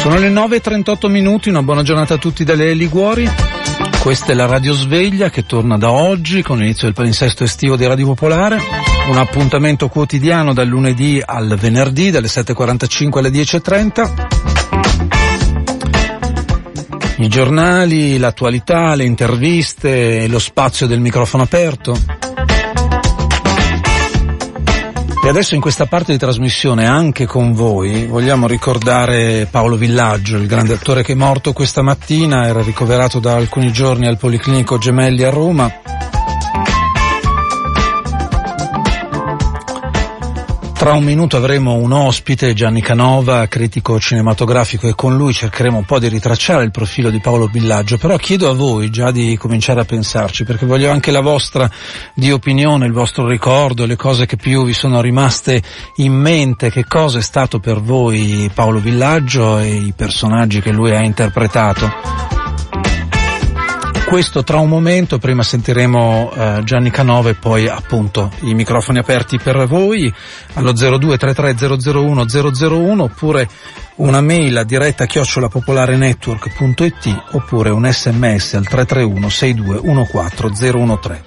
Sono le 9:38, una buona giornata a tutti dalle Liguori. Questa è la Radio Sveglia che torna da oggi con l'inizio del palinsesto estivo di Radio Popolare. Un appuntamento quotidiano dal lunedì al venerdì, dalle 7:45 alle 10:30. I giornali, l'attualità, le interviste, lo spazio del microfono aperto. E adesso in questa parte di trasmissione, anche con voi, vogliamo ricordare Paolo Villaggio, il grande attore che è morto questa mattina, era ricoverato da alcuni giorni al Policlinico Gemelli a Roma. Tra un minuto avremo un ospite, Gianni Canova, critico cinematografico, e con lui cercheremo un po' di ritracciare il profilo di Paolo Villaggio, però chiedo a voi già di cominciare a pensarci, perché voglio anche la vostra di opinione, il vostro ricordo, le cose che più vi sono rimaste in mente, che cosa è stato per voi Paolo Villaggio e i personaggi che lui ha interpretato. Questo tra un momento, prima sentiremo Gianni Canova e poi appunto i microfoni aperti per voi allo 0233001001 oppure una mail a diretta @popolarenetwork.it oppure un sms al 331 6214 013.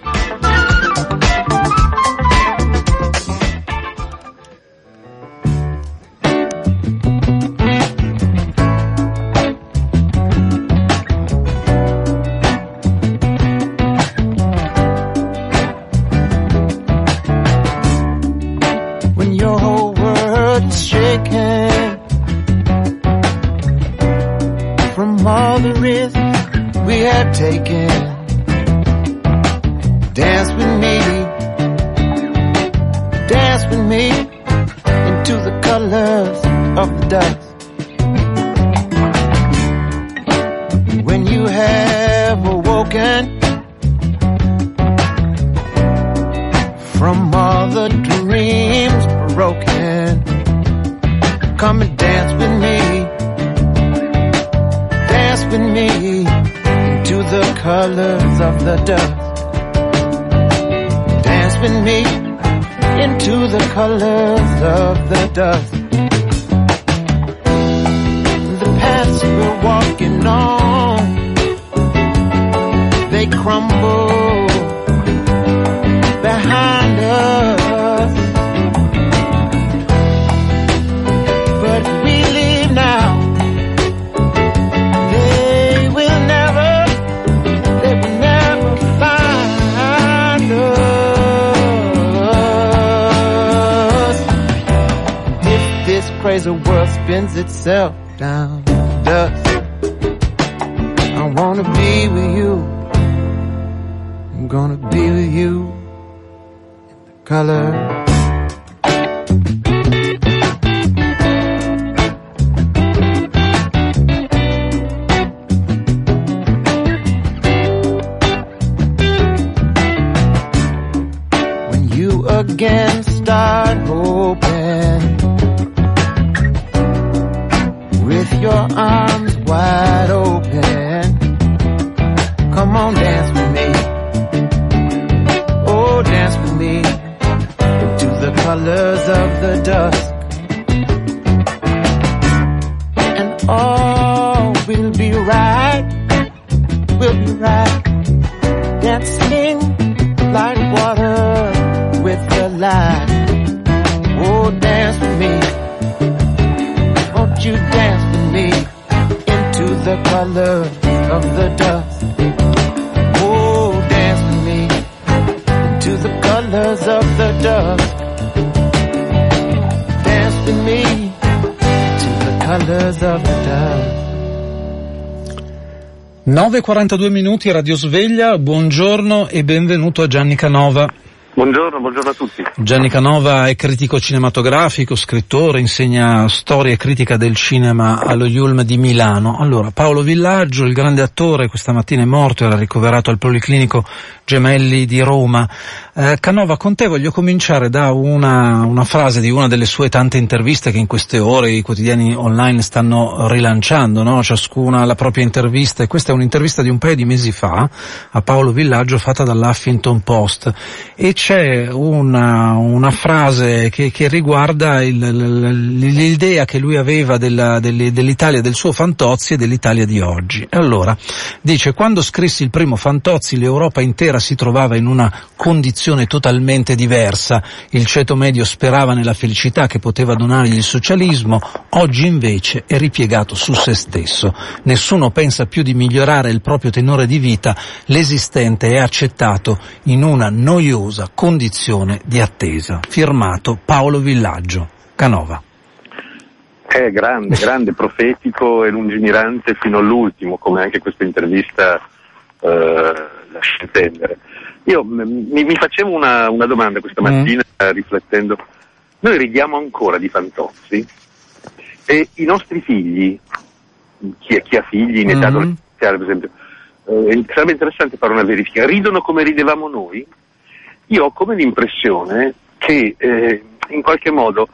The world spins itself down to dust. I wanna be with you. I'm gonna be with you in the color. When you again start hoping, your arms wide open, come on, dance with me. Oh, dance with me into the colors of the dusk, and all will be right, dancing like water with the light. Oh, dance with me, won't you dance with me into the color of the dusk? Oh, dance with me into the colors of the dusk. Dance with me to the colors of the dusk. 9:42, Radio Sveglia, buongiorno e benvenuto a Gianni Canova. Buongiorno a tutti. Gianni Canova è critico cinematografico, scrittore, insegna storia e critica del cinema allo IULM di Milano. Allora, Paolo Villaggio, il grande attore, questa mattina è morto, era ricoverato al Policlinico Gemelli di Roma. Canova, con te voglio cominciare da una frase di una delle sue tante interviste che in queste ore i quotidiani online stanno rilanciando, no? Ciascuna la propria intervista, e questa è un'intervista di un paio di mesi fa a Paolo Villaggio fatta dall'Huffington Post, e c'è una frase che riguarda l'idea che lui aveva dell'Italia del suo Fantozzi e dell'Italia di oggi. E allora dice: quando scrissi il primo Fantozzi l'Europa intera si trovava in una condizione totalmente diversa, il ceto medio sperava nella felicità che poteva donargli il socialismo, oggi invece è ripiegato su se stesso, nessuno pensa più di migliorare il proprio tenore di vita, l'esistente è accettato in una noiosa condizione di attesa. Firmato Paolo Villaggio, Canova. È grande, profetico e lungimirante fino all'ultimo, come anche questa intervista lascia intendere. Io mi facevo una domanda questa mattina riflettendo. Noi ridiamo ancora di Fantozzi e i nostri figli, chi ha figli in età adolescenziale per esempio, sarebbe interessante fare una verifica, ridono come ridevamo noi? Io ho come l'impressione che in qualche modo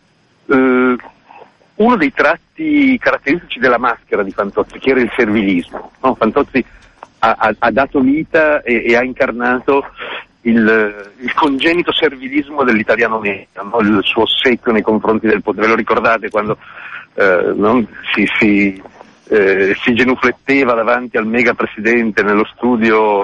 uno dei tratti caratteristici della maschera di Fantozzi, che era il servilismo, no? Fantozzi ha dato vita e ha incarnato il congenito servilismo dell'italiano medio, no? Il suo ossequio nei confronti del potere. Lo ricordate quando si genufletteva davanti al mega presidente nello studio?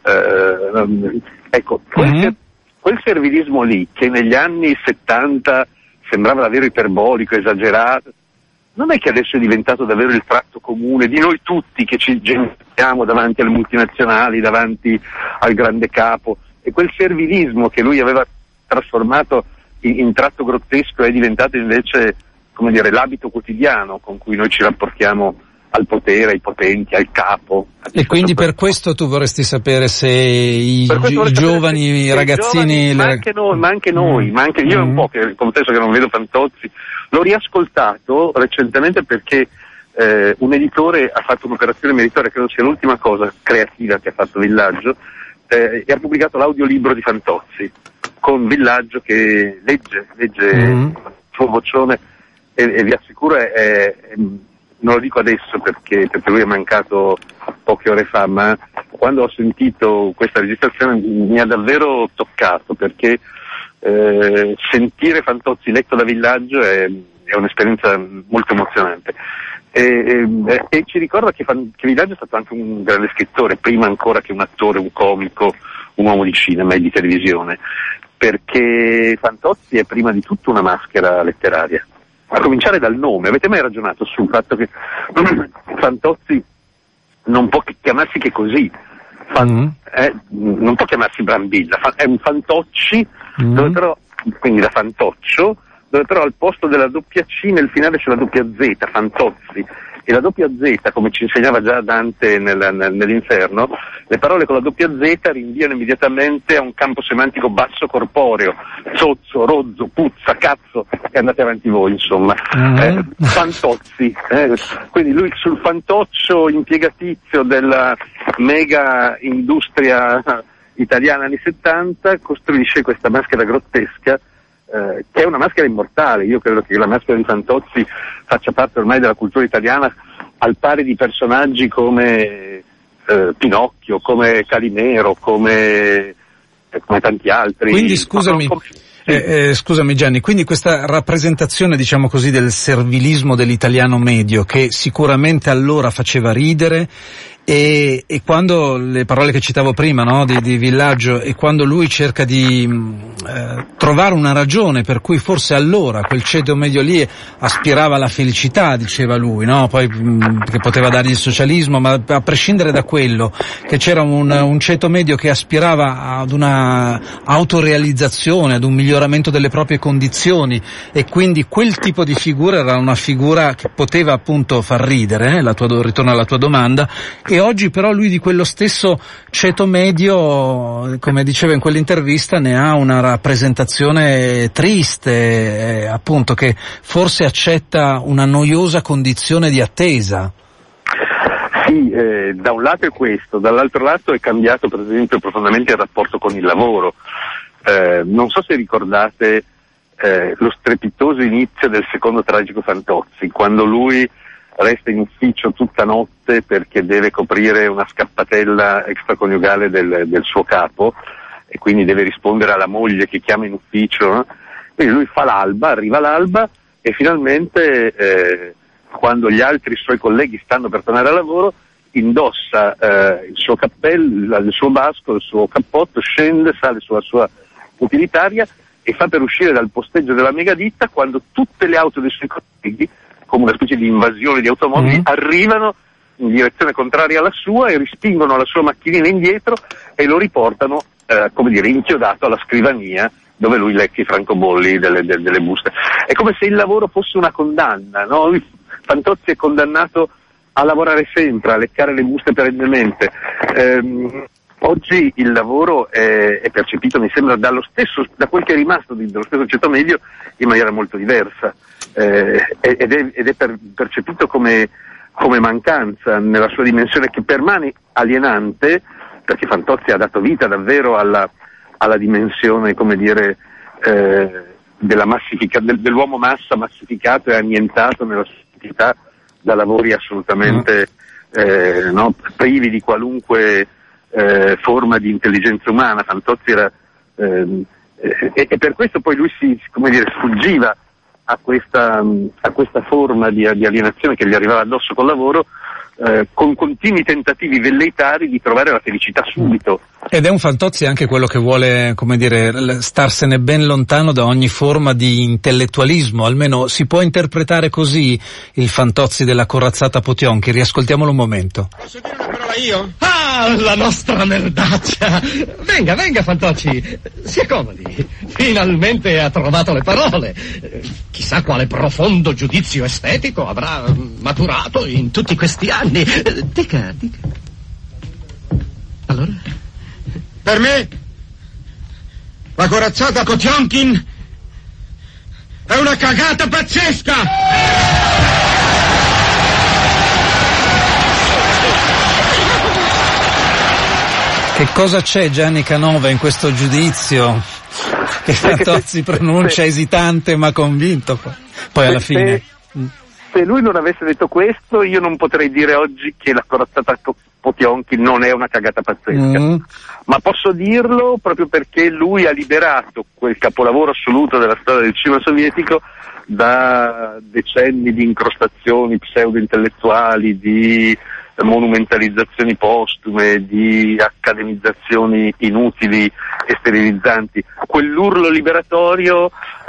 Ecco, quel servilismo lì, che negli anni 70 sembrava davvero iperbolico, esagerato, non è che adesso è diventato davvero il tratto comune di noi tutti che ci genuflettiamo davanti alle multinazionali, davanti al grande capo, e quel servilismo che lui aveva trasformato in tratto grottesco è diventato invece, come dire, l'abito quotidiano con cui noi ci rapportiamo al potere, ai potenti, al capo. E quindi per questo tu vorresti sapere se i giovani, i ragazzini... ma anche noi, io è un po' che confesso che non vedo Fantozzi. L'ho riascoltato recentemente perché un editore ha fatto un'operazione meritoria, credo sia l'ultima cosa creativa che ha fatto Villaggio, e ha pubblicato l'audiolibro di Fantozzi, con Villaggio che legge il suo vocione, e vi assicuro non lo dico adesso perché lui è mancato poche ore fa, ma quando ho sentito questa registrazione mi ha davvero toccato, perché sentire Fantozzi letto da Villaggio è un'esperienza molto emozionante. E ci ricorda che Villaggio è stato anche un grande scrittore, prima ancora che un attore, un comico, un uomo di cinema e di televisione, perché Fantozzi è prima di tutto una maschera letteraria. A cominciare dal nome. Avete mai ragionato sul fatto che Fantozzi non può chiamarsi che così? Non può chiamarsi Brambilla, è un Fantocci, dove però, quindi da Fantoccio, dove però al posto della doppia C nel finale c'è la doppia Z, Fantozzi. E la doppia Z, come ci insegnava già Dante nell'Inferno, le parole con la doppia Z rinviano immediatamente a un campo semantico basso corporeo, zozzo, rozzo, puzza, cazzo, e andate avanti voi, insomma. Fantozzi, quindi lui sul fantoccio impiegatizio della mega industria italiana anni 70 costruisce questa maschera grottesca, che è una maschera immortale. Io credo che la maschera di Fantozzi faccia parte ormai della cultura italiana, al pari di personaggi come Pinocchio, come Calimero, come tanti altri. Quindi scusami Gianni, quindi questa rappresentazione, diciamo così, del servilismo dell'italiano medio, che sicuramente allora faceva ridere, e quando le parole che citavo prima, no, di Villaggio, e quando lui cerca di trovare una ragione per cui forse allora quel ceto medio lì aspirava alla felicità, diceva lui, no, poi che poteva dargli il socialismo, ma a prescindere da quello, che c'era un ceto medio che aspirava ad una autorealizzazione, ad un miglioramento delle proprie condizioni, e quindi quel tipo di figura era una figura che poteva appunto far ridere, ritorno alla tua domanda. E oggi però lui di quello stesso ceto medio, come diceva in quell'intervista, ne ha una rappresentazione triste, appunto, che forse accetta una noiosa condizione di attesa. Sì, da un lato è questo, dall'altro lato è cambiato per esempio profondamente il rapporto con il lavoro. Non so se ricordate lo strepitoso inizio del secondo tragico Fantozzi, quando lui resta in ufficio tutta notte perché deve coprire una scappatella extraconiugale del suo capo, e quindi deve rispondere alla moglie che chiama in ufficio, no? Quindi lui fa l'alba, arriva l'alba e finalmente quando gli altri suoi colleghi stanno per tornare al lavoro indossa il suo cappello, il suo basco, il suo cappotto, scende, sale sulla sua utilitaria e fa per uscire dal posteggio della megaditta quando tutte le auto dei suoi colleghi, come una specie di invasione di automobili, arrivano in direzione contraria alla sua e respingono la sua macchinina indietro e lo riportano, inchiodato alla scrivania dove lui lecca i francobolli delle buste. È come se il lavoro fosse una condanna, no? Fantozzi è condannato a lavorare sempre, a leccare le buste perennemente. Oggi il lavoro è percepito, mi sembra, da quel che è rimasto dello stesso ceto medio in maniera molto diversa, ed è percepito come mancanza nella sua dimensione, che permane alienante, perché Fantozzi ha dato vita davvero alla dimensione, dell'uomo massa massificato e annientato nella società da lavori assolutamente privi di qualunque forma di intelligenza umana. Fantozzi era e per questo poi lui sfuggiva a questa forma di alienazione che gli arrivava addosso col lavoro, con continui tentativi velleitari di trovare la felicità subito. Ed è un Fantozzi anche quello che vuole, starsene ben lontano da ogni forma di intellettualismo, almeno si può interpretare così il Fantozzi della corazzata Potëmkin. Riascoltiamolo un momento. Posso dire una parola io? Ah, la nostra merdaccia! Venga Fantocci, si accomodi. Finalmente ha trovato le parole. Chissà quale profondo giudizio estetico avrà maturato in tutti questi anni. Dica. Allora? Per me, la corazzata Potëmkin è una cagata pazzesca! Che cosa c'è, Gianni Canova, in questo giudizio che Fantozzi pronuncia esitante ma convinto poi alla fine? Se lui non avesse detto questo, io non potrei dire oggi che la corazzata Potëmkin non è una cagata pazzesca, ma posso dirlo proprio perché lui ha liberato quel capolavoro assoluto della storia del cinema sovietico da decenni di incrostazioni pseudo-intellettuali, di monumentalizzazioni postume, di accademizzazioni inutili e sterilizzanti. Quell'urlo liberatorio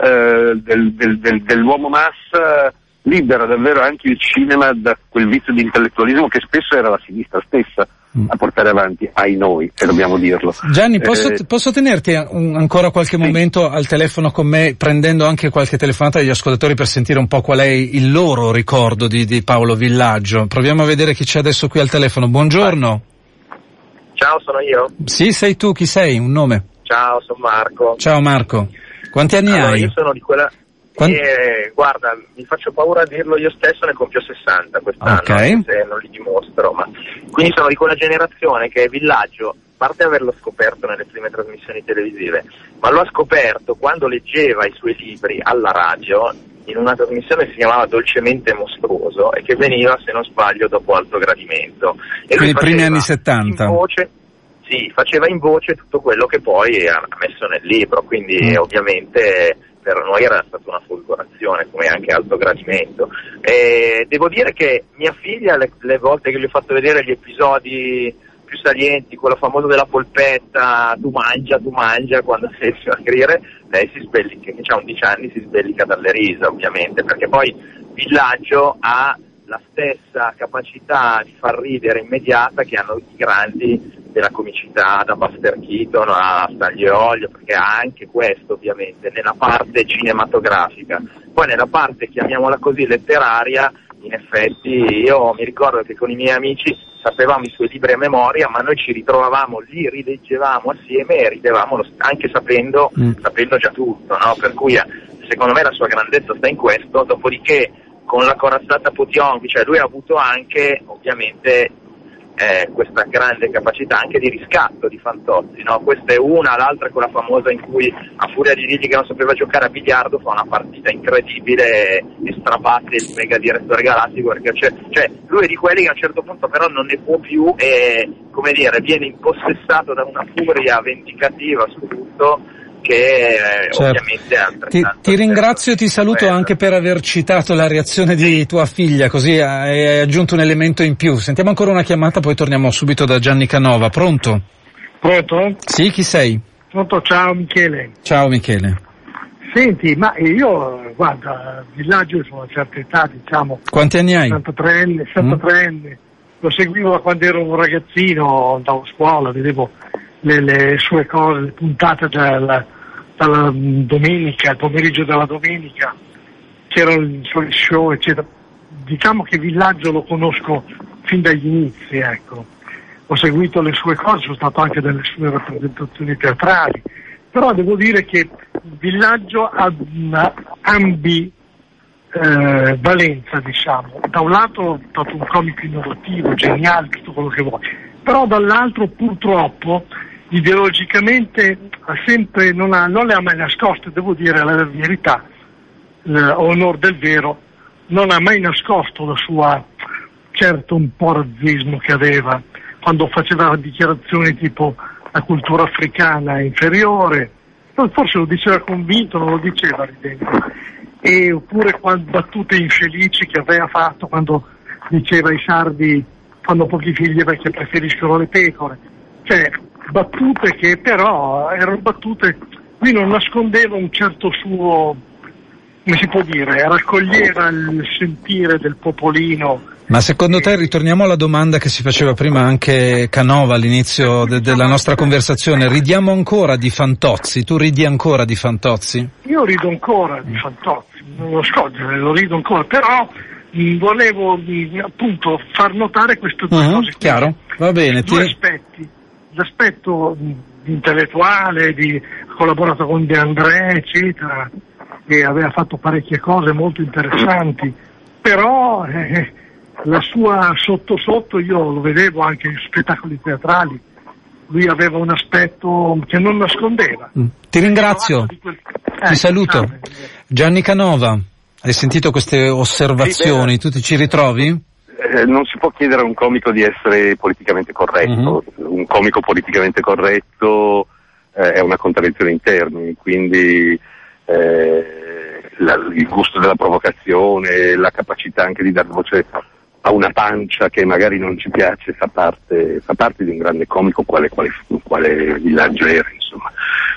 dell'uomo massa libera davvero anche il cinema da quel vizio di intellettualismo che spesso era la sinistra stessa a portare avanti, ai noi, se dobbiamo dirlo. Gianni, posso tenerti ancora qualche momento al telefono con me, prendendo anche qualche telefonata degli ascoltatori per sentire un po' qual è il loro ricordo di Paolo Villaggio? Proviamo a vedere chi c'è adesso qui al telefono. Buongiorno. Ciao, sono io? Sì, sei tu, chi sei? Un nome? Ciao, sono Marco. Ciao Marco. Quanti anni hai? Io sono di quella... guarda, mi faccio paura a dirlo io stesso, ne compio 60 quest'anno, se non li dimostro, ma quindi sono di quella generazione che Villaggio, a parte averlo scoperto nelle prime trasmissioni televisive, ma lo ha scoperto quando leggeva i suoi libri alla radio in una trasmissione che si chiamava Dolcemente Mostruoso e che veniva, se non sbaglio, dopo Alto Gradimento. E quindi i primi anni 70. Faceva in voce tutto quello che poi ha messo nel libro, quindi ovviamente per noi era stata una folgorazione, come anche Alto Gradimento. Devo dire che mia figlia, le volte che gli ho fatto vedere gli episodi più salienti, quello famoso della polpetta, tu mangia, quando si riesce a scrivere, lei si sbellica, che ha 11 anni, si sbellica dalle risa, ovviamente, perché poi Villaggio ha la stessa capacità di far ridere immediata che hanno i grandi della comicità, da Buster Keaton a Stanlio e Olio, perché ha anche questo ovviamente nella parte cinematografica. Poi nella parte, chiamiamola così, letteraria, in effetti io mi ricordo che con i miei amici sapevamo i suoi libri a memoria, ma noi ci ritrovavamo lì, rileggevamo assieme e ridevamo anche sapendo già tutto, no? Per cui secondo me la sua grandezza sta in questo. Dopodiché con la corazzata Potëmkin, cioè lui ha avuto anche ovviamente questa grande capacità anche di riscatto di Fantozzi, no? Questa è una, l'altra è quella famosa in cui a furia di dirgli che non sapeva giocare a biliardo fa una partita incredibile e strabatte il mega direttore galattico, perché cioè lui è di quelli che a un certo punto però non ne può più e, come dire, viene impossessato da una furia vendicativa su tutto che ovviamente è altrettanto. Ti ringrazio e ti saluto anche per aver citato la reazione di tua figlia, così hai aggiunto un elemento in più. Sentiamo ancora una chiamata, poi torniamo subito da Gianni Canova. Pronto? Pronto? Sì, chi sei? Pronto, ciao Michele. Ciao Michele. Senti, ma io, guarda, Villaggio sono a una certa età, diciamo. Quanti anni hai? 63enne. Lo seguivo da quando ero un ragazzino, andavo a scuola, vedevo le sue cose, le puntate dalla domenica, il pomeriggio della domenica, c'erano i suoi show, eccetera. Diciamo che Villaggio lo conosco fin dagli inizi, ecco. Ho seguito le sue cose, sono stato anche delle sue rappresentazioni teatrali, però devo dire che Villaggio ha una valenza, diciamo. Da un lato è stato un comico innovativo, geniale, tutto quello che vuoi, però dall'altro purtroppo ideologicamente non le ha mai nascoste, devo dire la verità, onor del vero, non ha mai nascosto la sua, certo, un po' razzismo che aveva, quando faceva dichiarazioni tipo la cultura africana è inferiore, forse lo diceva convinto, non lo diceva ridendo, e oppure battute infelici che aveva fatto quando diceva i sardi fanno pochi figli perché preferiscono le pecore, cioè battute che però erano battute, lui non nascondeva un certo suo, come si può dire, raccoglieva il sentire del popolino. Ma secondo te, ritorniamo alla domanda che si faceva prima anche Canova all'inizio della nostra conversazione, ridiamo ancora di Fantozzi? Tu ridi ancora di Fantozzi? Io rido ancora di Fantozzi, non lo scogliere, lo rido ancora, però volevo appunto far notare queste due cose. Chiaro, va bene. Due aspetti, l'aspetto intellettuale, ha collaborato con De André, eccetera, e aveva fatto parecchie cose molto interessanti, però la sua sotto io lo vedevo anche in spettacoli teatrali, lui aveva un aspetto che non nascondeva. Ti ringrazio, ti saluto. Gianni Canova, hai sentito queste osservazioni, tu ti ci ritrovi? Non si può chiedere a un comico di essere politicamente corretto, un comico politicamente corretto è una contraddizione in termini, quindi il gusto della provocazione, la capacità anche di dar voce a una pancia che magari non ci piace fa parte di un grande comico quale Villaggio era, insomma.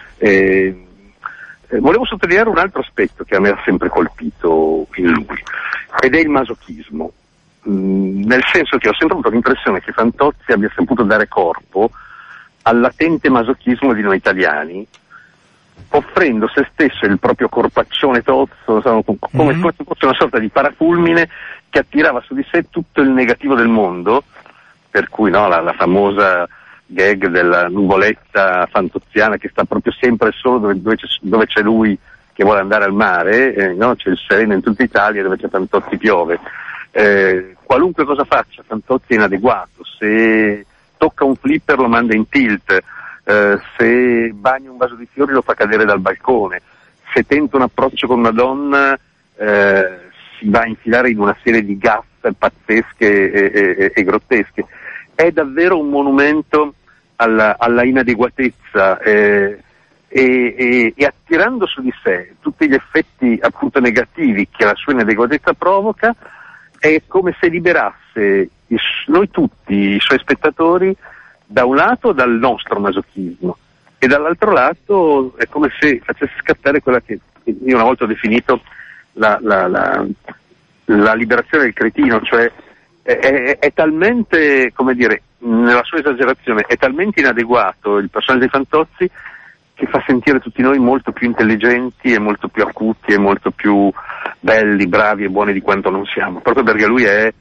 Volevo sottolineare un altro aspetto che a me ha sempre colpito in lui, ed è il masochismo, nel senso che ho sempre avuto l'impressione che Fantozzi abbia saputo dare corpo al latente masochismo di noi italiani, offrendo se stesso il proprio corpaccione tozzo, come se fosse una sorta di parafulmine che attirava su di sé tutto il negativo del mondo, per cui la famosa gag della nuvoletta fantozziana che sta proprio sempre solo dove c'è lui che vuole andare al mare, c'è il sereno in tutta Italia, dove c'è Fantozzi piove. Qualunque cosa faccia Fantozzi è inadeguato, se tocca un flipper lo manda in tilt, se bagna un vaso di fiori lo fa cadere dal balcone, se tenta un approccio con una donna si va a infilare in una serie di gaffe pazzesche e grottesche. È davvero un monumento alla inadeguatezza e attirando su di sé tutti gli effetti appunto negativi che la sua inadeguatezza provoca, è come se liberasse noi tutti, i suoi spettatori, da un lato dal nostro masochismo e dall'altro lato è come se facesse scattare quella che io una volta ho definito la liberazione del cretino, cioè è talmente, come dire, nella sua esagerazione, è talmente inadeguato il personaggio di Fantozzi che fa sentire tutti noi molto più intelligenti e molto più acuti e molto più belli, bravi e buoni di quanto non siamo, proprio perché lui è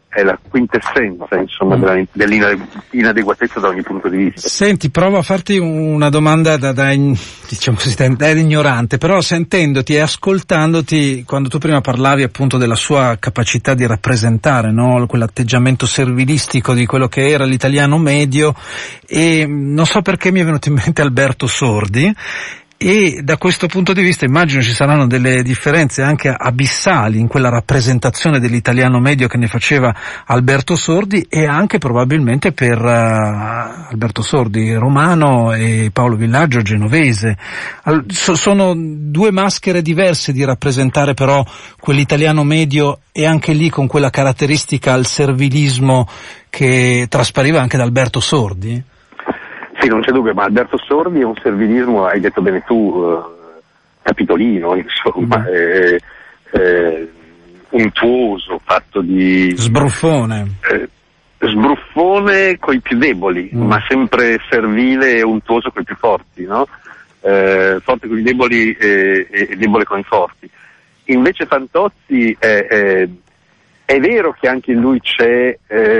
è la quintessenza, insomma, dell'inadeguatezza da ogni punto di vista. Senti, provo a farti una domanda diciamo così, da ignorante, però sentendoti e ascoltandoti, quando tu prima parlavi appunto della sua capacità di rappresentare, no, quell'atteggiamento servilistico di quello che era l'italiano medio, e non so perché mi è venuto in mente Alberto Sordi, e da questo punto di vista immagino ci saranno delle differenze anche abissali in quella rappresentazione dell'italiano medio che ne faceva Alberto Sordi, e anche probabilmente per Alberto Sordi romano e Paolo Villaggio genovese. Sono due maschere diverse di rappresentare però quell'italiano medio, e anche lì con quella caratteristica al servilismo che traspariva anche da Alberto Sordi. Sì, non c'è dubbio, ma Alberto Sordi è un servilismo, hai detto bene tu, capitolino, insomma, untuoso, fatto di... Sbruffone. Sbruffone coi più deboli, ma sempre servile e untuoso coi più forti, no? Forte con i deboli e debole con i forti. Invece Fantozzi è vero che anche in lui c'è,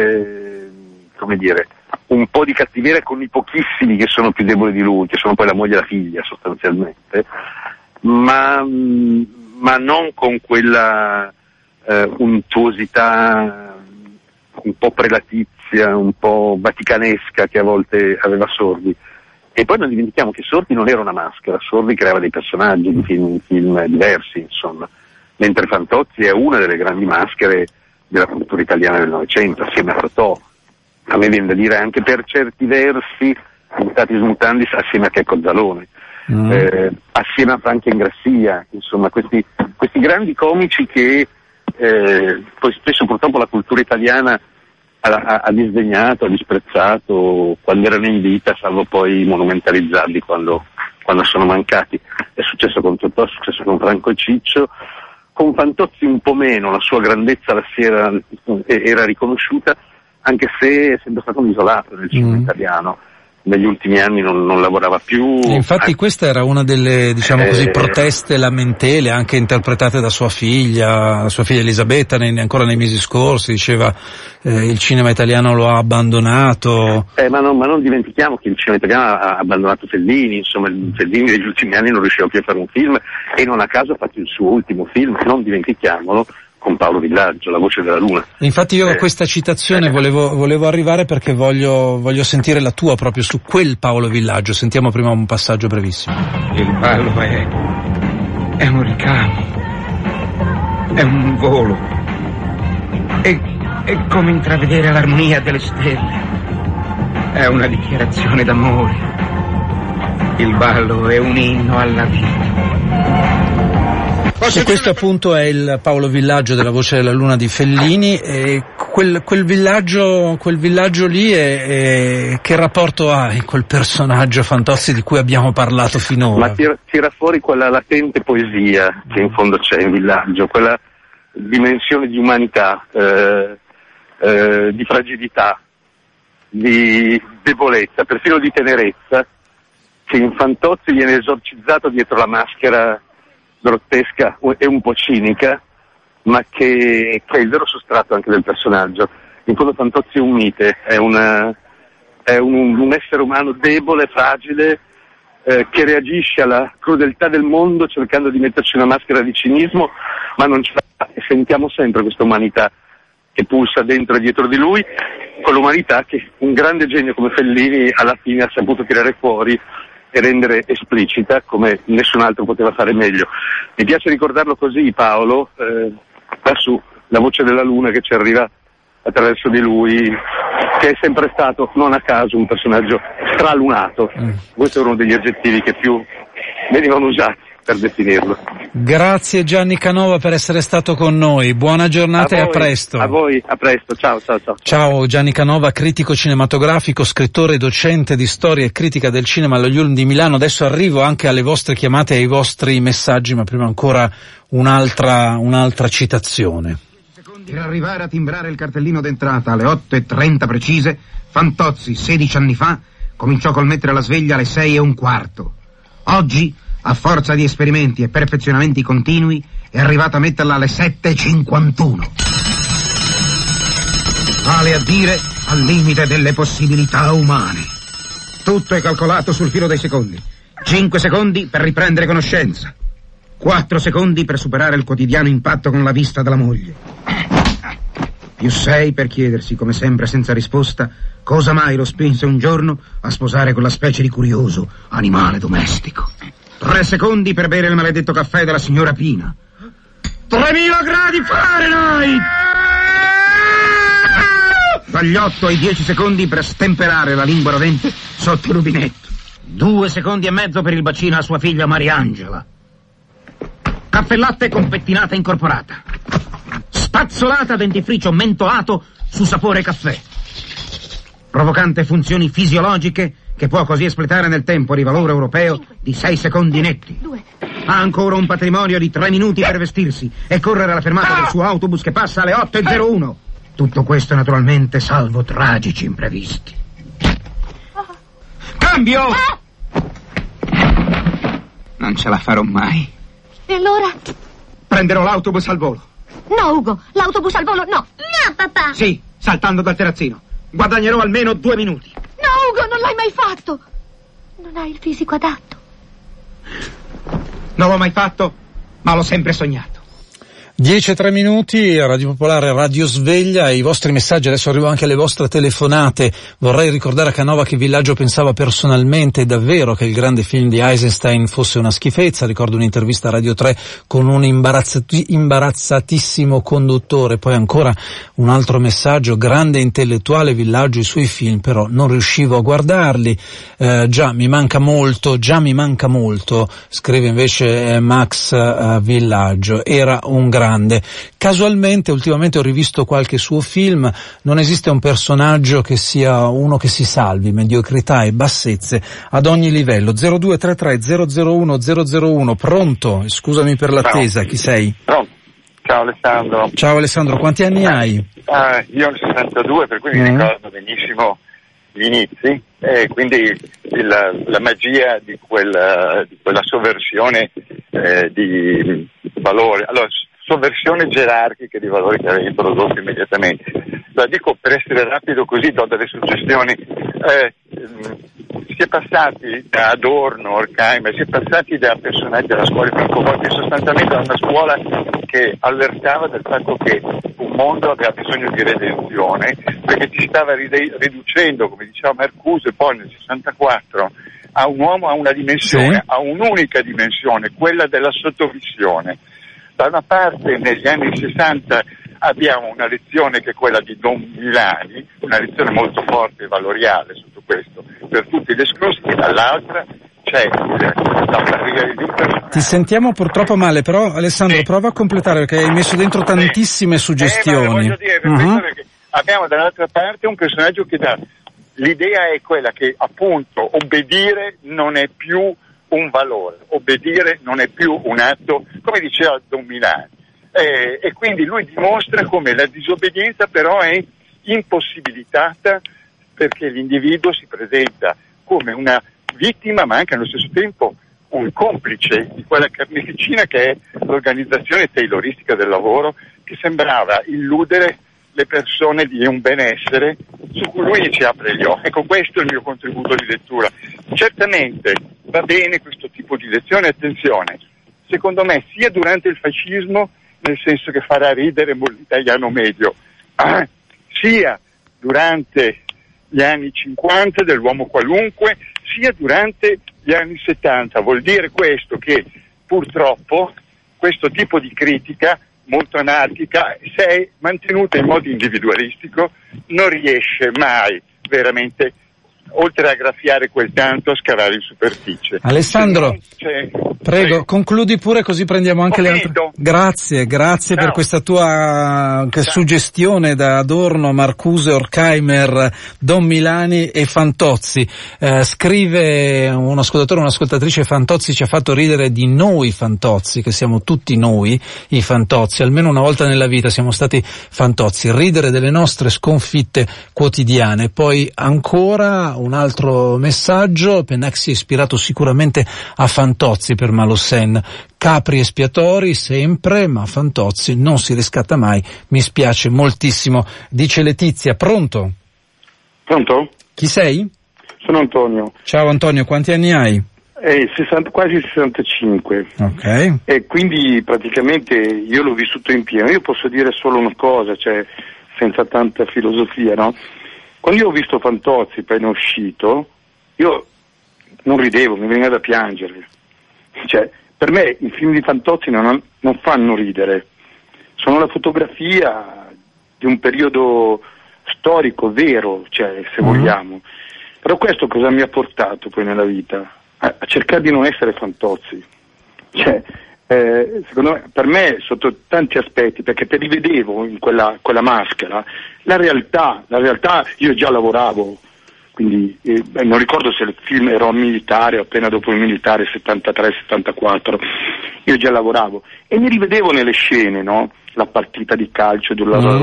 come dire, un po' di cattiveria con i pochissimi che sono più deboli di lui, che sono poi la moglie e la figlia sostanzialmente, ma non con quella untuosità un po' prelatizia, un po' vaticanesca che a volte aveva Sordi. E poi non dimentichiamo che Sordi non era una maschera, Sordi creava dei personaggi di film diversi, insomma, mentre Fantozzi è una delle grandi maschere della cultura italiana del Novecento, assieme a Totò. A me viene da dire anche per certi versi, mutatis mutandis, assieme a Checco Zalone, assieme a Franco Ingrassia, insomma questi grandi comici che poi spesso purtroppo la cultura italiana ha disdegnato, ha disprezzato quando erano in vita, salvo poi monumentalizzarli quando sono mancati. È successo con Totò, è successo con Franco e Ciccio. Con Fantozzi un po' meno, la sua grandezza era riconosciuta, anche se è sempre stato un isolato nel cinema italiano. Negli ultimi anni non lavorava più. E infatti questa era una delle, diciamo così, proteste lamentele, anche interpretate da sua figlia Elisabetta, ancora nei mesi scorsi, diceva il cinema italiano lo ha abbandonato. Ma non dimentichiamo che il cinema italiano ha abbandonato Fellini, insomma Fellini negli ultimi anni non riusciva più a fare un film, e non a caso ha fatto il suo ultimo film, non dimentichiamolo, con Paolo Villaggio, La voce della luna. Infatti io a questa citazione volevo arrivare, perché voglio sentire la tua proprio su quel Paolo Villaggio. Sentiamo prima un passaggio brevissimo. Il ballo è un ricamo, è un volo, è come intravedere l'armonia delle stelle, è una dichiarazione d'amore. Il ballo è un inno alla vita. E questo appunto è il Paolo Villaggio della voce della luna di Fellini, e quel villaggio lì che rapporto ha in quel personaggio Fantozzi di cui abbiamo parlato finora? Ma tira fuori quella latente poesia che in fondo c'è in Villaggio, quella dimensione di umanità, di fragilità, di debolezza, perfino di tenerezza, che in Fantozzi viene esorcizzato dietro la maschera grottesca e un po' cinica, ma che è il vero sostrato anche del personaggio. In fondo Fantozzi è un mite, è un essere umano debole, fragile, che reagisce alla crudeltà del mondo cercando di metterci una maschera di cinismo, ma non ce la fa, e sentiamo sempre questa umanità che pulsa dentro e dietro di lui, quell'umanità che un grande genio come Fellini alla fine ha saputo tirare fuori e rendere esplicita come nessun altro poteva fare meglio. Mi piace ricordarlo così, Paolo, su La voce della luna che ci arriva attraverso di lui, che è sempre stato, non a caso, un personaggio stralunato. Questo è uno degli aggettivi che più venivano usati per definirlo. Grazie Gianni Canova per essere stato con noi, buona giornata e a presto. A voi, a presto, ciao. Ciao Gianni Canova, critico cinematografico, scrittore e docente di storia e critica del cinema allo Yulm di Milano. Adesso arrivo anche alle vostre chiamate e ai vostri messaggi, ma prima ancora un'altra citazione. Per arrivare a timbrare il cartellino d'entrata alle 8:30 precise, Fantozzi 16 anni fa cominciò col mettere la sveglia alle 6:15. Oggi, a forza di esperimenti e perfezionamenti continui, è arrivato a metterla alle 7:51. vale a dire al limite delle possibilità umane. Tutto è calcolato sul filo dei secondi. 5 secondi per riprendere conoscenza. 4 secondi per superare il quotidiano impatto con la vista della moglie. Più 6 per chiedersi, come sempre senza risposta, cosa mai lo spinse un giorno a sposare quella specie di curioso animale domestico. 3 secondi per bere il maledetto caffè della signora Pina. 3000 gradi Fahrenheit! Dagli 8 ai 10 secondi per stemperare la lingua rovente sotto il rubinetto. 2 secondi e mezzo per il bacino a sua figlia Mariangela. Caffè latte con pettinata incorporata. Spazzolata dentifricio mentolato su sapore caffè. Provocante funzioni fisiologiche che può così espletare nel tempo di valore europeo di 6 secondi netti. Ha ancora un patrimonio di 3 minuti per vestirsi e correre alla fermata del suo autobus che passa alle 8:01. Tutto questo naturalmente salvo tragici imprevisti. Cambio! Non ce la farò mai. E allora? Prenderò l'autobus al volo. No, Ugo, l'autobus al volo no. No, papà. Sì, saltando dal terrazzino. Guadagnerò almeno 2 minuti. No, Ugo, non l'hai mai fatto. Non hai il fisico adatto. Non l'ho mai fatto, ma l'ho sempre sognato. 10:03 minuti, Radio Popolare, Radio Sveglia, i vostri messaggi, adesso arrivo anche alle vostre telefonate. Vorrei ricordare a Canova che Villaggio pensava personalmente davvero che il grande film di Eisenstein fosse una schifezza. Ricordo un'intervista a Radio 3 con un imbarazzatissimo conduttore. Poi ancora un altro messaggio: grande intellettuale Villaggio, i suoi film però non riuscivo a guardarli, già mi manca molto, scrive invece Max Villaggio, era un grande. Casualmente ultimamente ho rivisto qualche suo film, non esiste un personaggio che sia uno che si salvi, mediocrità e bassezze ad ogni livello. 0233 001 001, pronto? Scusami per l'attesa, chi sei? Pronto. Ciao Alessandro. Ciao Alessandro, quanti anni hai? Io ho il 62, per cui mi ricordo benissimo gli inizi, e quindi la magia di quella sovversione di valori. Allora, sovversione gerarchica di valori che aveva introdotto immediatamente. La dico per essere rapido, così do delle suggestioni. Si è passati da Adorno, Horkheimer, si è passati da personaggi della scuola francoforte, sostanzialmente da una scuola che allertava del fatto che un mondo aveva bisogno di redenzione, perché ci stava riducendo, come diceva Marcuse poi nel 64, a un uomo a una dimensione, sì, a un'unica dimensione, quella della sottovisione. Da una parte negli anni 60 abbiamo una lezione che è quella di Don Milani, una lezione molto forte e valoriale sotto questo, per tutti gli esclusi, e dall'altra c'è la barriera di un personaggio. Ti sentiamo purtroppo male, però Alessandro sì, prova a completare, perché hai messo dentro tantissime suggestioni. Ma voglio dire, perché abbiamo dall'altra parte un personaggio che dà, l'idea è quella che appunto obbedire non è più un valore, obbedire non è più un atto, come diceva Don Milani, e quindi lui dimostra come la disobbedienza però è impossibilitata, perché l'individuo si presenta come una vittima ma anche allo stesso tempo un complice di quella carneficina che è l'organizzazione tayloristica del lavoro, che sembrava illudere le persone di un benessere su cui lui ci apre gli occhi. Ecco, questo è il mio contributo di lettura. Certamente va bene questo tipo di lezione, attenzione, secondo me sia durante il fascismo, nel senso che farà ridere l'italiano medio, sia durante gli anni 50 dell'uomo qualunque, sia durante gli anni 70. Vuol dire questo, che purtroppo questo tipo di critica molto anarchica, se è mantenuta in modo individualistico, non riesce mai veramente, oltre a graffiare quel tanto, a scavare in superficie. Alessandro, prego, concludi pure, così prendiamo anche le altre. Grazie per questa tua suggestione da Adorno, Marcuse, Horkheimer, Don Milani e Fantozzi. Scrive un ascoltatore, un'ascoltatrice: Fantozzi ci ha fatto ridere di noi Fantozzi, che siamo tutti noi i Fantozzi, almeno una volta nella vita siamo stati Fantozzi, ridere delle nostre sconfitte quotidiane. Poi ancora Andrea, un altro messaggio. Pennac si è ispirato sicuramente a Fantozzi per Malaussen. Capri espiatori sempre, ma Fantozzi non si riscatta mai. Mi spiace moltissimo. Dice Letizia. Pronto? Pronto? Chi sei? Sono Antonio. Ciao Antonio, quanti anni hai? Quasi 65. Ok. E quindi praticamente io l'ho vissuto in pieno. Io posso dire solo una cosa, cioè senza tanta filosofia, no? Quando io ho visto Fantozzi appena uscito, io non ridevo, mi veniva da piangere. Cioè, per me i film di Fantozzi non fanno ridere, sono la fotografia di un periodo storico vero, cioè, se vogliamo. Però questo cosa mi ha portato poi nella vita? A cercare di non essere Fantozzi. Cioè, secondo me, per me, sotto tanti aspetti, perché rivedevo in quella maschera la realtà, io già lavoravo, quindi non ricordo se il film ero militare o appena dopo il militare, 73-74, io già lavoravo e mi rivedevo nelle scene, no? La partita di calcio,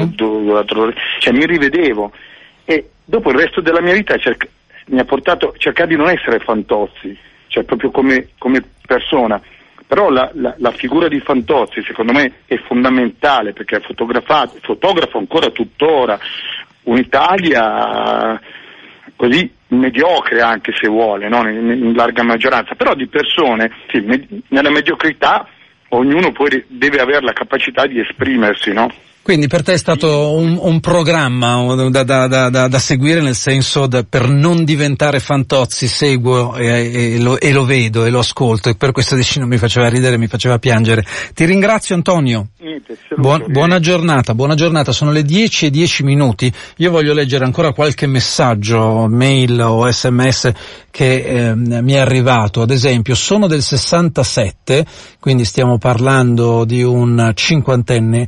cioè mi rivedevo, e dopo il resto della mia vita mi ha portato a cercare di non essere Fantozzi, cioè proprio come persona. Però la figura di Fantozzi secondo me è fondamentale, perché fotografo ancora tuttora un'Italia così mediocre, anche se vuole, no? in larga maggioranza, però di persone, sì, nella mediocrità ognuno poi deve avere la capacità di esprimersi, no? Quindi per te è stato un programma da seguire, nel senso per non diventare Fantozzi seguo e lo vedo e lo ascolto, e per questo dici non mi faceva ridere, mi faceva piangere. Ti ringrazio Antonio. Buona giornata, sono le 10:10. Io voglio leggere ancora qualche messaggio, mail o SMS che mi è arrivato. Ad esempio, sono del 67, quindi stiamo parlando di un cinquantenne,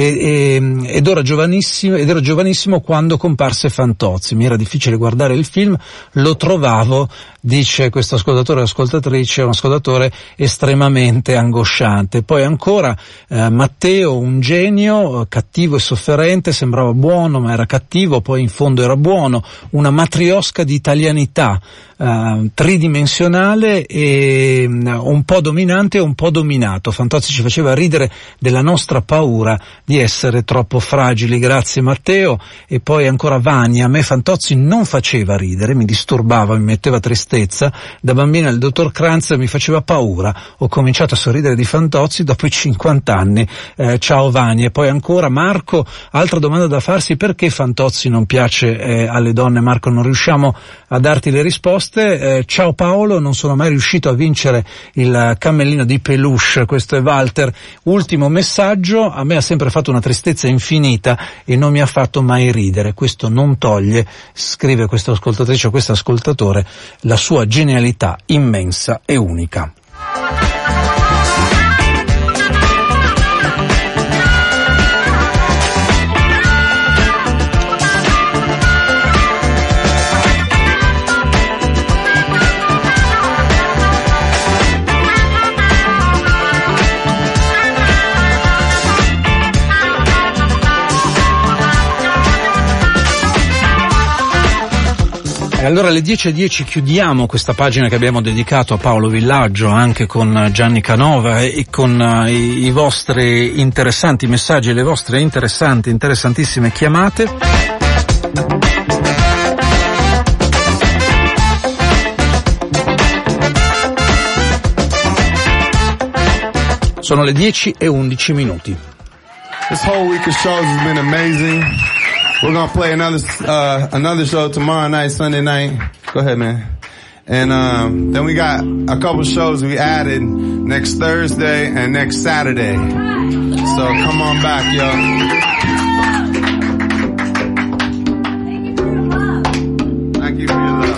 ed ero giovanissimo quando comparse Fantozzi. Mi era difficile guardare il film, lo trovavo, dice questo ascoltatore o ascoltatrice, un ascoltatore estremamente angosciante. Poi ancora Matteo, un genio, cattivo e sofferente, sembrava buono ma era cattivo, poi in fondo era buono, una matriosca di italianità, tridimensionale e un po' dominante e un po' dominato. Fantozzi ci faceva ridere della nostra paura di essere troppo fragili. Grazie Matteo. E poi ancora Vania, a me Fantozzi non faceva ridere, mi disturbava, mi metteva tristezza. Da bambina il dottor Kranz mi faceva paura, ho cominciato a sorridere di Fantozzi dopo i 50 anni. Ciao Vania. E poi ancora Marco, altra domanda da farsi: perché Fantozzi non piace alle donne? Marco, non riusciamo a darti le risposte. Ciao Paolo, non sono mai riuscito a vincere il cammellino di peluche. Questo è Walter. Ultimo messaggio: a me ha sempre fatto una tristezza infinita e non mi ha fatto mai ridere. Questo non toglie, scrive questa ascoltatrice o questo ascoltatore, la sua genialità immensa e unica. Allora alle 10:10 chiudiamo questa pagina che abbiamo dedicato a Paolo Villaggio, anche con Gianni Canova e con i vostri interessanti messaggi e le vostre interessantissime chiamate. Sono le 10:11. This whole week of shows has been amazing. We're gonna play another show tomorrow night, Sunday night. Go ahead, man. And then we got a couple shows we added next Thursday and next Saturday. So come on back, yo. Thank you for your love.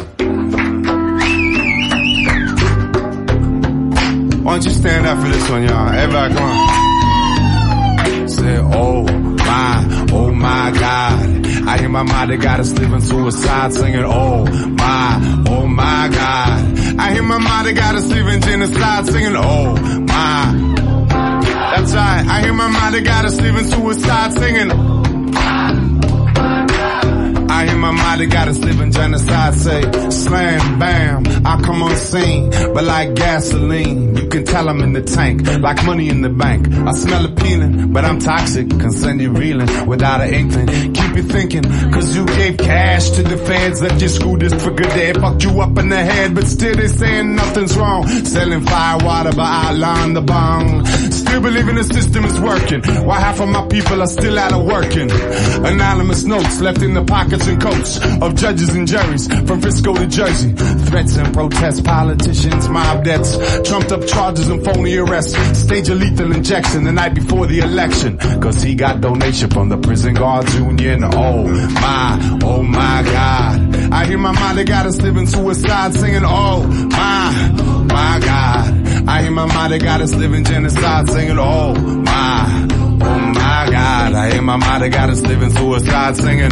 Why don't you stand up for this one, y'all? Everybody, come on. Say, oh my God. I hear my mother got us living suicide, singing, oh my God. I hear my mother got us living genocide, singing, oh my. That's right. I hear my mother got us living suicide, singing, I hear my mother mind got us living genocide. Say, slam, bam, I come on scene, but like gasoline, you can tell I'm in the tank, like money in the bank. I smell appealing, but I'm toxic, can send you reeling without an inkling. Keep you thinking, cause you gave cash to the feds, left your school district for dead, fucked you up in the head, but still they saying nothing's wrong. Selling fire water, but outline the bong. Still believing the system is working, while half of my people are still out of working. Anonymous notes left in the pockets and coats of judges and juries from Frisco to Jersey. Threats and protests, politicians, mob deaths, trumped up charges and phony arrests. Stage a lethal injection the night before the election, cause he got donation from the Prison Guards Union. Oh my God. I hear my mind, they got us living suicide, singing oh my God. I hear my mind, they got us living genocide, singing oh my God. I hear my mind, they got us living suicide, singing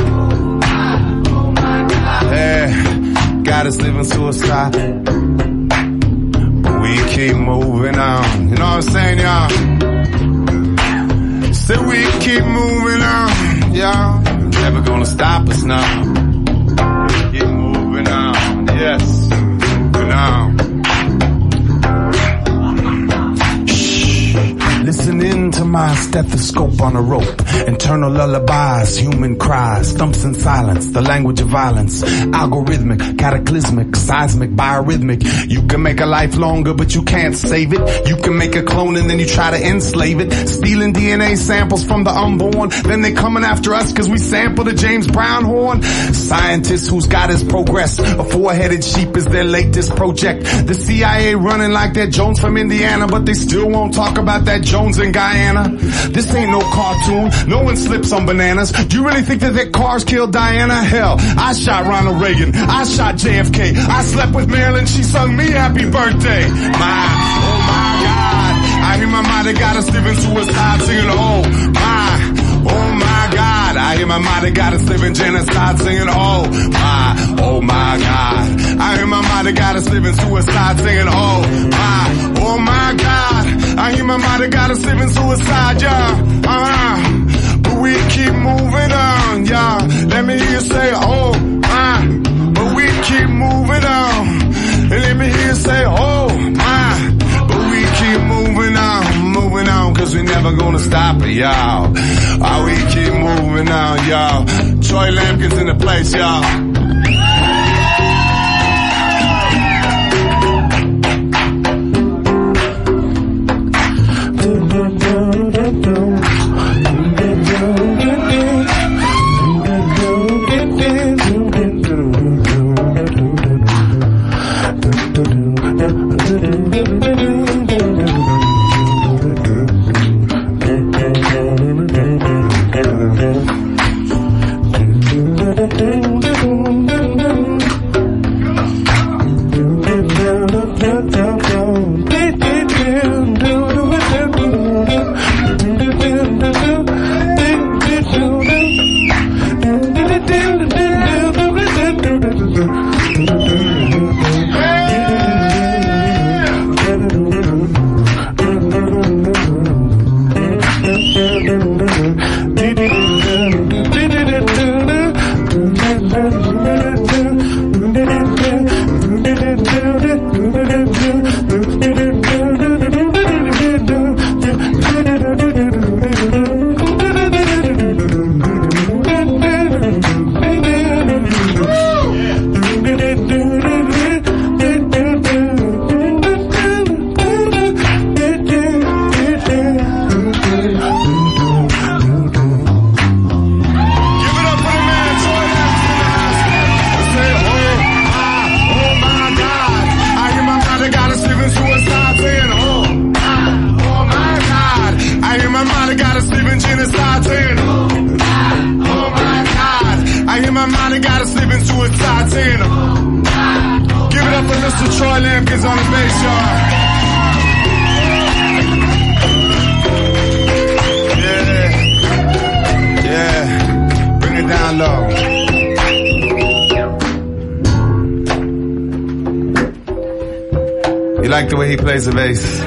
yeah, got us living suicide, but we keep moving on. You know what I'm saying, y'all? Still we keep moving on, y'all. Never gonna stop us now. Keep moving on, yes, moving on. Listening to my stethoscope on a rope. Internal lullabies, human cries, thumps in silence, the language of violence. Algorithmic, cataclysmic, seismic, biorhythmic. You can make a life longer, but you can't save it. You can make a clone and then you try to enslave it. Stealing DNA samples from the unborn. Then they coming after us cause we sampled a James Brown horn. Scientist who's got his progress. A four-headed sheep is their latest project. The CIA running like they're Jones from Indiana, but they still won't talk about that Jones in Guyana. This ain't no cartoon, no one slips on bananas. Do you really think that their cars killed Diana? Hell, I shot Ronald Reagan, I shot JFK, I slept with Marilyn, she sung me happy birthday. Oh my God, I hear my mind, they got us living suicide, singing oh my God. I hear my mind, they got us living genocide, singing oh my God. I hear my mind, they got us living suicide, singing oh my God. I hear my mind, they got us living suicide, yeah. But we keep moving on, yeah. Let me hear you say but we keep moving on. And let me hear you say but we keep moving on, cause we never gonna stop it, y'all. We keep moving on, y'all. Troy Lampkin's in the place, y'all. Troy Lampkin's on the bass, y'all. Yeah. Bring it down low. You like the way he plays the bass?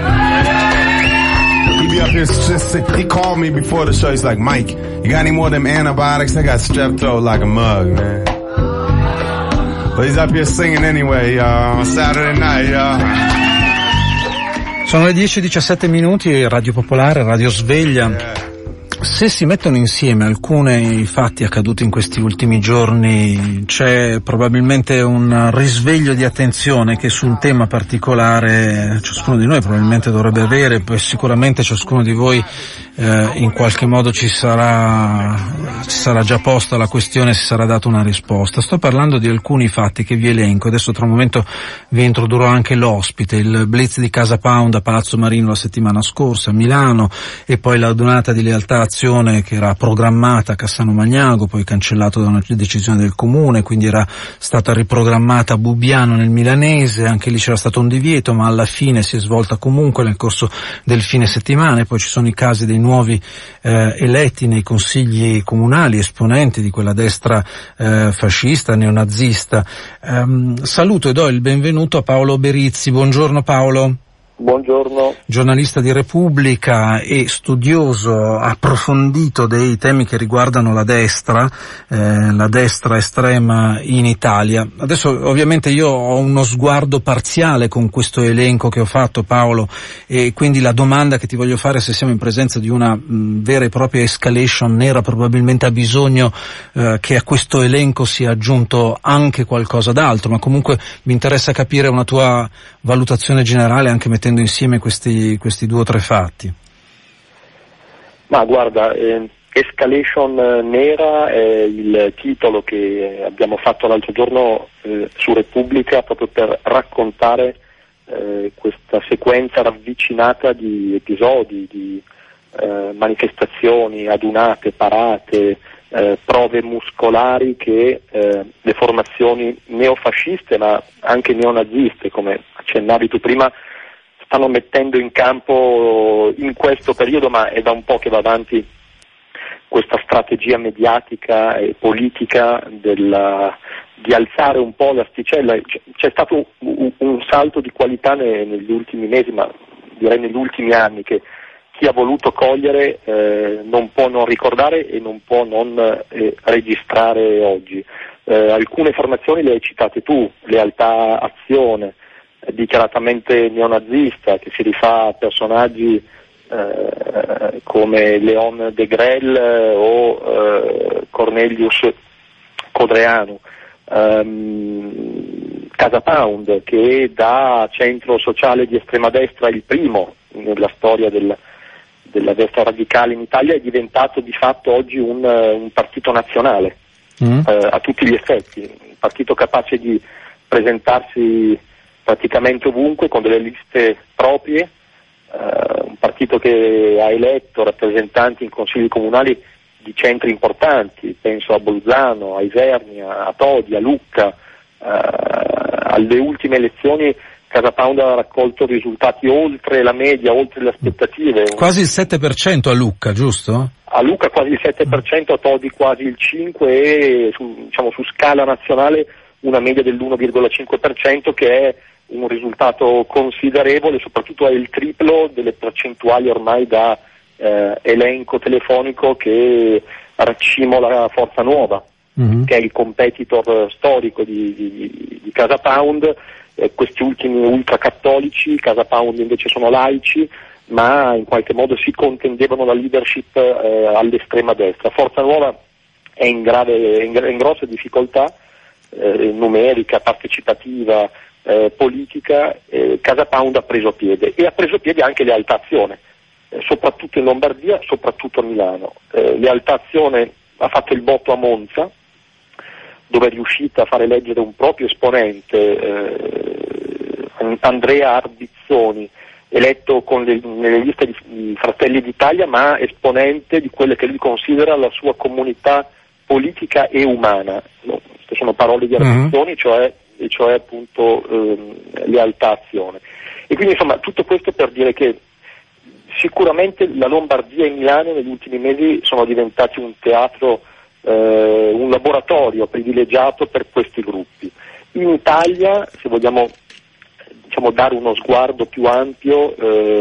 He be up here just sick. He called me before the show. He's like, Mike, you got any more of them antibiotics? I got strep throat like a mug, man. Well, he's up here singing anyway, on Saturday night, Sono le 10:17, Radio Popolare, Radio Sveglia. Se si mettono insieme alcuni fatti accaduti in questi ultimi giorni, c'è probabilmente un risveglio di attenzione che su un tema particolare ciascuno di noi probabilmente dovrebbe avere, poi sicuramente ciascuno di voi in qualche modo ci sarà già posta la questione, si sarà data una risposta. Sto parlando di alcuni fatti che vi elenco, adesso tra un momento vi introdurrò anche l'ospite, il blitz di Casa Pound a Palazzo Marino la settimana scorsa a Milano, e poi la donata di lealtà azione che era programmata a Cassano Magnago, poi cancellato da una decisione del comune, quindi era stata riprogrammata a Bubbiano nel Milanese, anche lì c'era stato un divieto, ma alla fine si è svolta comunque nel corso del fine settimana. E poi ci sono i casi dei nuovi eletti nei consigli comunali, esponenti di quella destra fascista, neonazista. Saluto e do il benvenuto a Paolo Berizzi. Buongiorno Paolo. Buongiorno. Giornalista di Repubblica e studioso approfondito dei temi che riguardano la destra estrema in Italia. Adesso ovviamente io ho uno sguardo parziale con questo elenco che ho fatto, Paolo, e quindi la domanda che ti voglio fare è se siamo in presenza di una vera e propria escalation nera. Probabilmente ha bisogno che a questo elenco sia aggiunto anche qualcosa d'altro, ma comunque mi interessa capire una tua valutazione generale anche mettendo insieme questi 2 o 3 fatti. Ma guarda, escalation nera è il titolo che abbiamo fatto l'altro giorno su Repubblica, proprio per raccontare questa sequenza ravvicinata di episodi, di manifestazioni, adunate, parate, prove muscolari che le formazioni neofasciste ma anche neonaziste, come accennavi tu prima, stanno mettendo in campo in questo periodo, ma è da un po' che va avanti questa strategia mediatica e politica di alzare un po' l'asticella. C'è stato un salto di qualità negli ultimi mesi, ma direi negli ultimi anni, che chi ha voluto cogliere non può non ricordare e non può non registrare oggi. Alcune formazioni le hai citate tu, Lealtà Azione, dichiaratamente neonazista, che si rifà a personaggi come Leon Degrelle o Cornelius Codreanu. Casa Pound, che da centro sociale di estrema destra, il primo nella storia della destra radicale in Italia, è diventato di fatto oggi un partito nazionale a tutti gli effetti, un partito capace di presentarsi praticamente ovunque con delle liste proprie, un partito che ha eletto rappresentanti in consigli comunali di centri importanti, penso a Bolzano, a Isernia, a Todi, a Lucca. Alle ultime elezioni Casa Pound ha raccolto risultati oltre la media, oltre le aspettative. Quasi il 7% a Lucca, giusto? A Lucca quasi il 7%, a Todi quasi il 5% e su scala nazionale una media dell'1,5%, che è un risultato considerevole, soprattutto è il triplo delle percentuali ormai da elenco telefonico che raccimola Forza Nuova, che è il competitor storico di Casa Pound. Questi ultimi ultracattolici, Casa Pound invece sono laici, ma in qualche modo si contendevano la leadership all'estrema destra. Forza Nuova è in grosse difficoltà numerica, partecipativa, politica. Casa Pound ha preso piede, e ha preso piede anche Lealtà Azione, soprattutto in Lombardia, soprattutto a Milano. Lealtà Azione ha fatto il botto a Monza, dove è riuscita a far eleggere un proprio esponente, Andrea Arbizzoni, eletto nelle liste di Fratelli d'Italia, ma esponente di quelle che lui considera la sua comunità politica e umana. No, queste sono parole di Arbizzoni, cioè appunto Lealtà Azione. E quindi insomma tutto questo per dire che sicuramente la Lombardia e Milano negli ultimi mesi sono diventati un teatro, un laboratorio privilegiato per questi gruppi. In Italia, se vogliamo dare uno sguardo più ampio,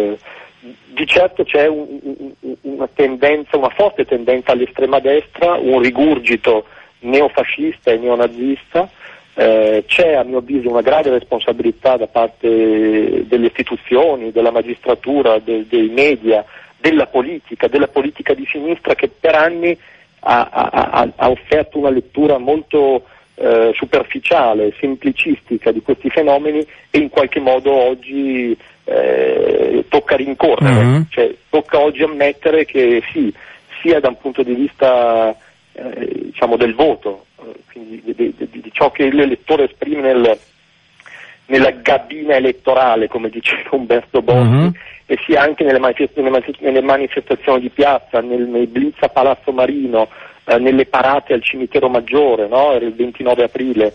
di certo c'è una forte tendenza all'estrema destra, un rigurgito neofascista e neonazista, C'è a mio avviso una grave responsabilità da parte delle istituzioni, della magistratura, dei media, della politica di sinistra, che per anni ha offerto una lettura molto superficiale, semplicistica di questi fenomeni, e in qualche modo oggi tocca rincorrere, cioè tocca oggi ammettere che sì, sia da un punto di vista diciamo del voto, quindi di ciò che l'elettore esprime nella gabina elettorale, come diceva Umberto Bossi, e sia anche nelle manifestazioni di piazza, nei blitz a Palazzo Marino, nelle parate al cimitero Maggiore, no? Era il 29 aprile,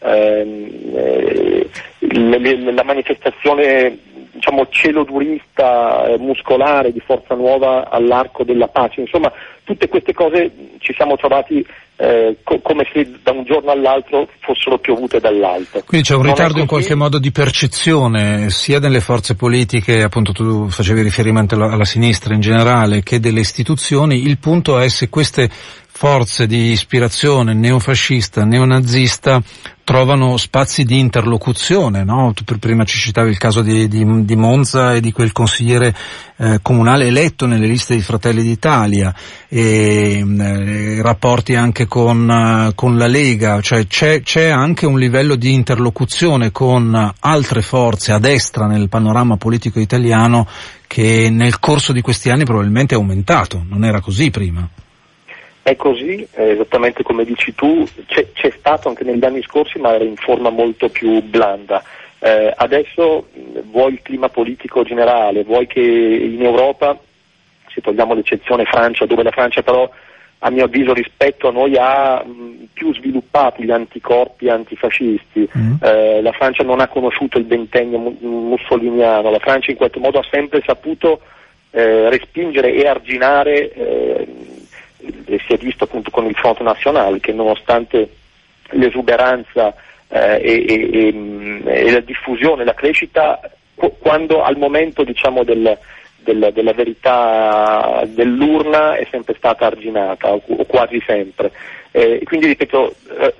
la manifestazione diciamo celodurista muscolare di Forza Nuova all'Arco della Pace, insomma tutte queste cose ci siamo trovati come se da un giorno all'altro fossero piovute dall'alto. Quindi c'è un ritardo in qualche modo di percezione sia delle forze politiche, appunto tu facevi riferimento alla sinistra in generale, che delle istituzioni. Il punto è se queste forze di ispirazione neofascista, neonazista trovano spazi di interlocuzione, no? Tu prima ci citavi il caso di Monza e di quel consigliere comunale eletto nelle liste di Fratelli d'Italia, e rapporti anche con la Lega, cioè c'è anche un livello di interlocuzione con altre forze a destra nel panorama politico italiano che nel corso di questi anni probabilmente è aumentato, non era così prima. È così, esattamente come dici tu, c'è stato anche negli anni scorsi, ma era in forma molto più blanda. Adesso vuoi il clima politico generale, vuoi che in Europa, se togliamo l'eccezione Francia, dove la Francia però a mio avviso rispetto a noi ha più sviluppati gli anticorpi antifascisti, la Francia non ha conosciuto il ventennio mussoliniano, la Francia in qualche modo ha sempre saputo respingere e arginare, e si è visto appunto con il Front National che nonostante l'esuberanza e la diffusione, la crescita, quando al momento diciamo della verità dell'urna è sempre stata arginata, o quasi sempre. Quindi ripeto,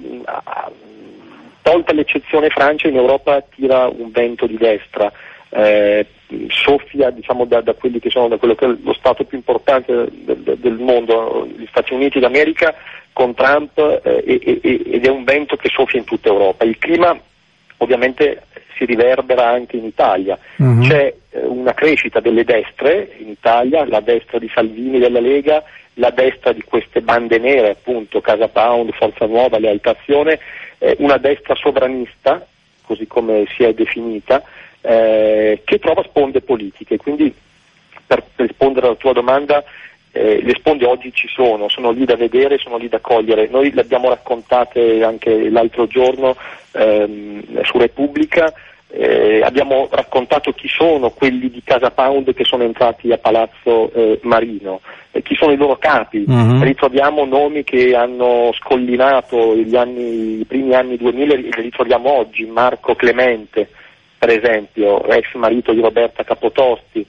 tolta l'eccezione Francia, in Europa tira un vento di destra, soffia diciamo da quelli che sono, da quello che è lo stato più importante del mondo, gli Stati Uniti d'America con Trump, ed è un vento che soffia in tutta Europa. Il clima ovviamente si riverbera anche in Italia, c'è una crescita delle destre in Italia, la destra di Salvini della Lega, la destra di queste bande nere appunto, Casa Pound, Forza Nuova, Lealtà Azione, una destra sovranista, così come si è definita, che trova sponde politiche. Quindi per rispondere alla tua domanda, le sponde oggi ci sono lì da vedere, sono lì da cogliere. Noi le abbiamo raccontate anche l'altro giorno su Repubblica, abbiamo raccontato chi sono quelli di Casa Pound che sono entrati a Palazzo Marino, chi sono i loro capi. Ritroviamo nomi che hanno scollinato i primi anni 2000, li ritroviamo oggi: Marco Clemente, per esempio, ex marito di Roberta Capotosti,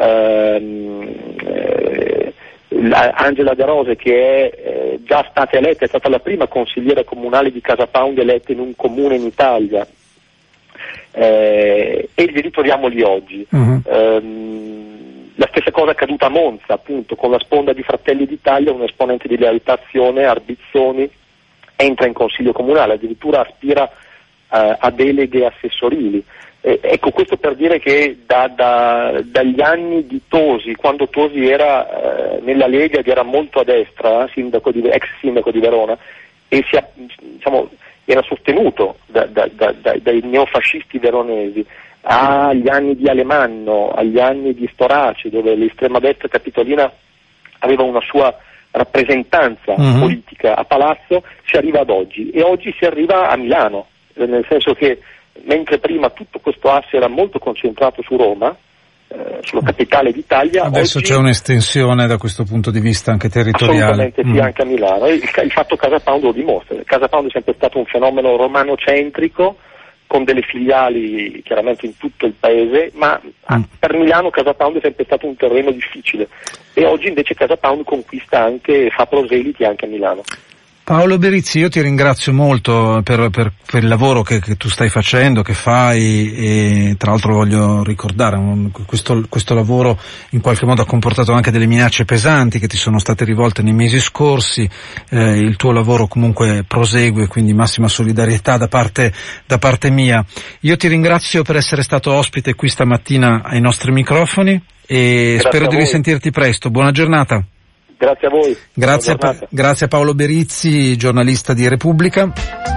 Angela De Rose, che è già stata eletta, è stata la prima consigliera comunale di Casa Pound eletta in un comune in Italia, e li ritroviamo lì oggi. La stessa cosa è accaduta a Monza, appunto, con la sponda di Fratelli d'Italia, un esponente di Lealtà Azione, Arbizzoni, entra in consiglio comunale, addirittura aspira a deleghe assessorili. Ecco, questo per dire che dagli anni di Tosi, quando Tosi era nella Lega ed era molto a destra, ex sindaco di Verona, e era sostenuto dai neofascisti veronesi, agli anni di Alemanno, agli anni di Storace, dove l'estrema destra capitolina aveva una sua rappresentanza politica a Palazzo, si arriva ad oggi, e oggi si arriva a Milano, nel senso che mentre prima tutto questo asse era molto concentrato su Roma, sulla capitale d'Italia, adesso oggi c'è un'estensione da questo punto di vista anche territoriale. Assolutamente sì, anche a Milano. Il fatto Casa Pound lo dimostra. Casa Pound è sempre stato un fenomeno romanocentrico, con delle filiali chiaramente in tutto il paese, ma per Milano Casa Pound è sempre stato un terreno difficile, e oggi invece Casa Pound conquista anche, fa proseliti anche a Milano. Paolo Berizzi, io ti ringrazio molto per il lavoro che tu stai facendo, che fai, e tra l'altro voglio ricordare questo lavoro in qualche modo ha comportato anche delle minacce pesanti che ti sono state rivolte nei mesi scorsi, il tuo lavoro comunque prosegue, quindi massima solidarietà da parte mia. Io ti ringrazio per essere stato ospite qui stamattina ai nostri microfoni e spero di risentirti presto. Buona giornata. Grazie a voi. Grazie a Paolo Berizzi, giornalista di Repubblica.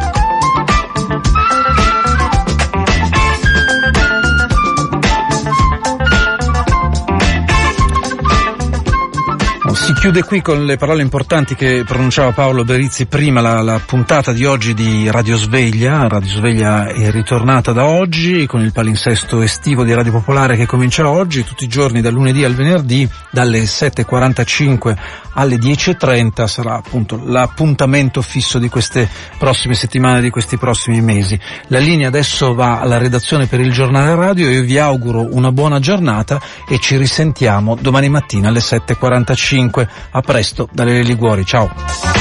Si chiude qui con le parole importanti che pronunciava Paolo Berizzi prima, la puntata di oggi di Radio Sveglia. Radio Sveglia è ritornata da oggi con il palinsesto estivo di Radio Popolare che comincia oggi, tutti i giorni dal lunedì al venerdì, dalle 7.45 alle 10.30 sarà appunto l'appuntamento fisso di queste prossime settimane, di questi prossimi mesi. La linea adesso va alla redazione per il giornale radio, io vi auguro una buona giornata e ci risentiamo domani mattina alle 7.45. A presto dalle Liguori, ciao.